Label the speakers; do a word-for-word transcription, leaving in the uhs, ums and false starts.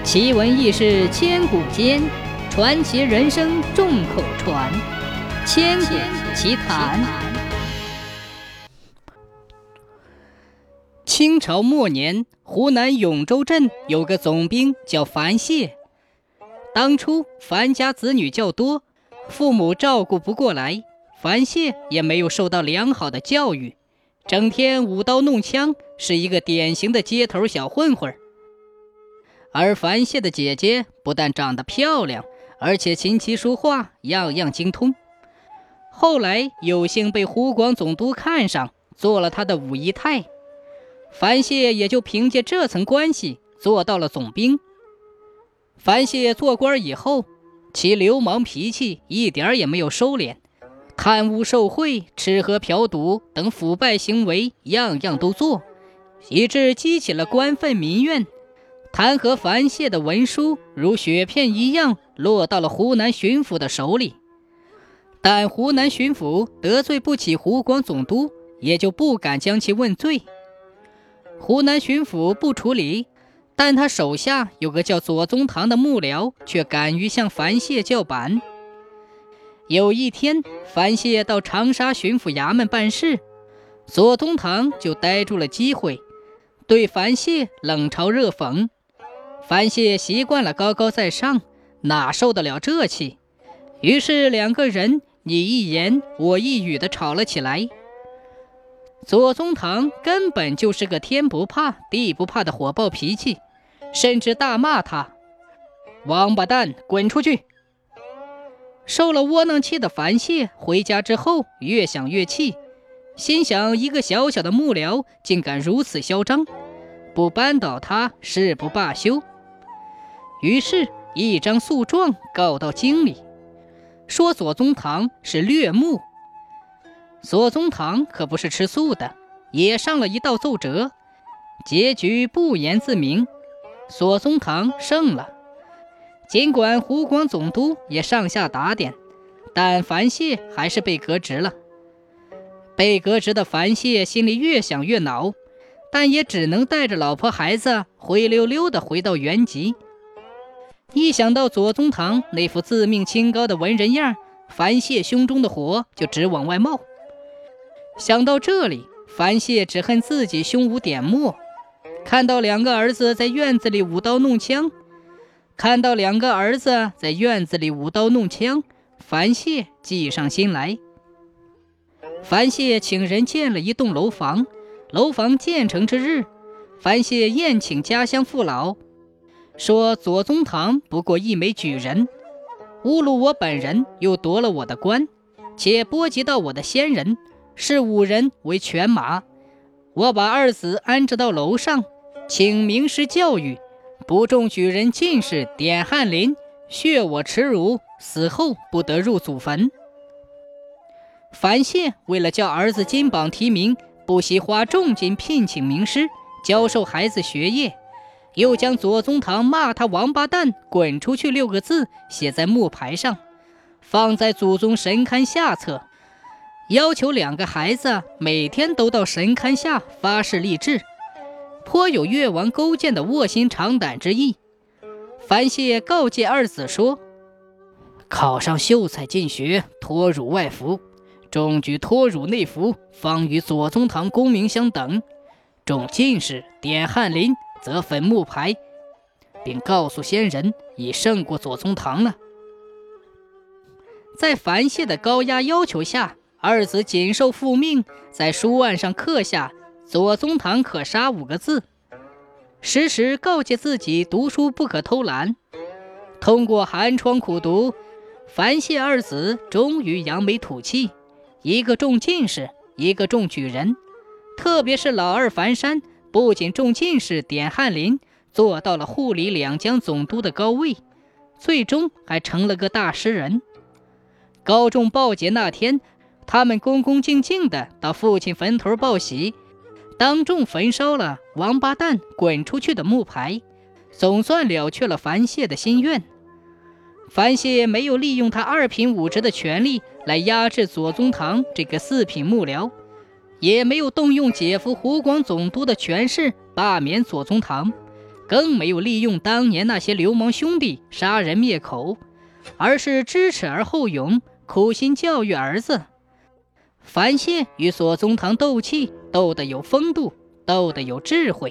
Speaker 1: 奇闻异事千古间，传奇人生众口传。千古奇谈。清朝末年，湖南永州镇有个总兵叫樊谢。当初樊家子女较多，父母照顾不过来，樊谢也没有受到良好的教育，整天舞刀弄枪，是一个典型的街头小混混。而樊谢的姐姐不但长得漂亮，而且琴棋书画样样精通。后来有幸被湖广总督看上，做了他的五姨太。樊谢也就凭借这层关系做到了总兵。樊谢做官以后，其流氓脾气一点也没有收敛，贪污受贿、吃喝嫖赌等腐败行为样样都做，以致激起了官愤民怨。弹劾樊谢的文书如雪片一样落到了湖南巡抚的手里，但湖南巡抚得罪不起湖广总督，也就不敢将其问罪。湖南巡抚不处理，但他手下有个叫左宗棠的幕僚却敢于向樊谢叫板。有一天，樊谢到长沙巡抚衙门办事，左宗棠就逮住了机会，对樊谢冷嘲热讽。樊谢习惯了高高在上，哪受得了这气？于是两个人你一言我一语地吵了起来。左宗棠根本就是个天不怕地不怕的火爆脾气，甚至大骂他：王八蛋，滚出去！受了窝囊气的樊谢回家之后越想越气，心想一个小小的幕僚竟敢如此嚣张，不扳倒他誓不罢休。于是一张诉状告到京里，说左宗棠是掠目。左宗棠可不是吃素的，也上了一道奏折，结局不言自明。左宗棠胜了，尽管湖广总督也上下打点，但樊谢还是被革职了。被革职的樊谢心里越想越恼，但也只能带着老婆孩子灰溜溜地回到原籍。一想到左宗棠那副自命清高的文人样，樊谢胸中的火就直往外冒。想到这里，樊谢只恨自己胸无点墨。看到两个儿子在院子里舞刀弄枪，看到两个儿子在院子里舞刀弄枪，樊谢计上心来。樊谢请人建了一栋楼房，楼房建成之日，樊谢宴请家乡父老，说左宗棠不过一枚举人，侮辱我本人，又夺了我的官，且波及到我的先人，视五人为犬马。我把二子安置到楼上，请名师教育，不中举人进士点翰林，削我耻辱，死后不得入祖坟。樊谢为了叫儿子金榜题名，不惜花重金聘请名师教授孩子学业，又将左宗棠骂他王八蛋滚出去六个字写在木牌上，放在祖宗神龛下侧，要求两个孩子每天都到神龛下发誓立志，颇有越王勾践的卧薪尝胆之意。樊谢告诫二子说：考上秀才进学，托汝外服，中举托汝内服，方与左宗棠功名相等，中进士点翰林，则粉木牌，并告诉先人已胜过左宗棠了。在樊谢的高压要求下，二子谨受父命，在书案上刻下左宗棠可杀五个字，时时告诫自己读书不可偷懒。通过寒窗苦读，樊谢二子终于扬眉吐气，一个中进士，一个中举人，特别是老二樊山，不仅中进士点翰林，做到了护理两江总督的高位，最终还成了个大诗人。高中报捷那天，他们恭恭敬敬地到父亲坟头报喜，当众焚烧了王八蛋滚出去的木牌，总算了却了樊谢的心愿。樊谢没有利用他二品武职的权力来压制左宗棠这个四品幕僚，也没有动用姐夫湖广总督的权势罢免左宗棠， 更没有利用当年那些流氓兄弟杀人灭口，而是知耻而后勇，苦心教育儿子。樊谢与左宗棠斗气，斗得有风度，斗得有智慧。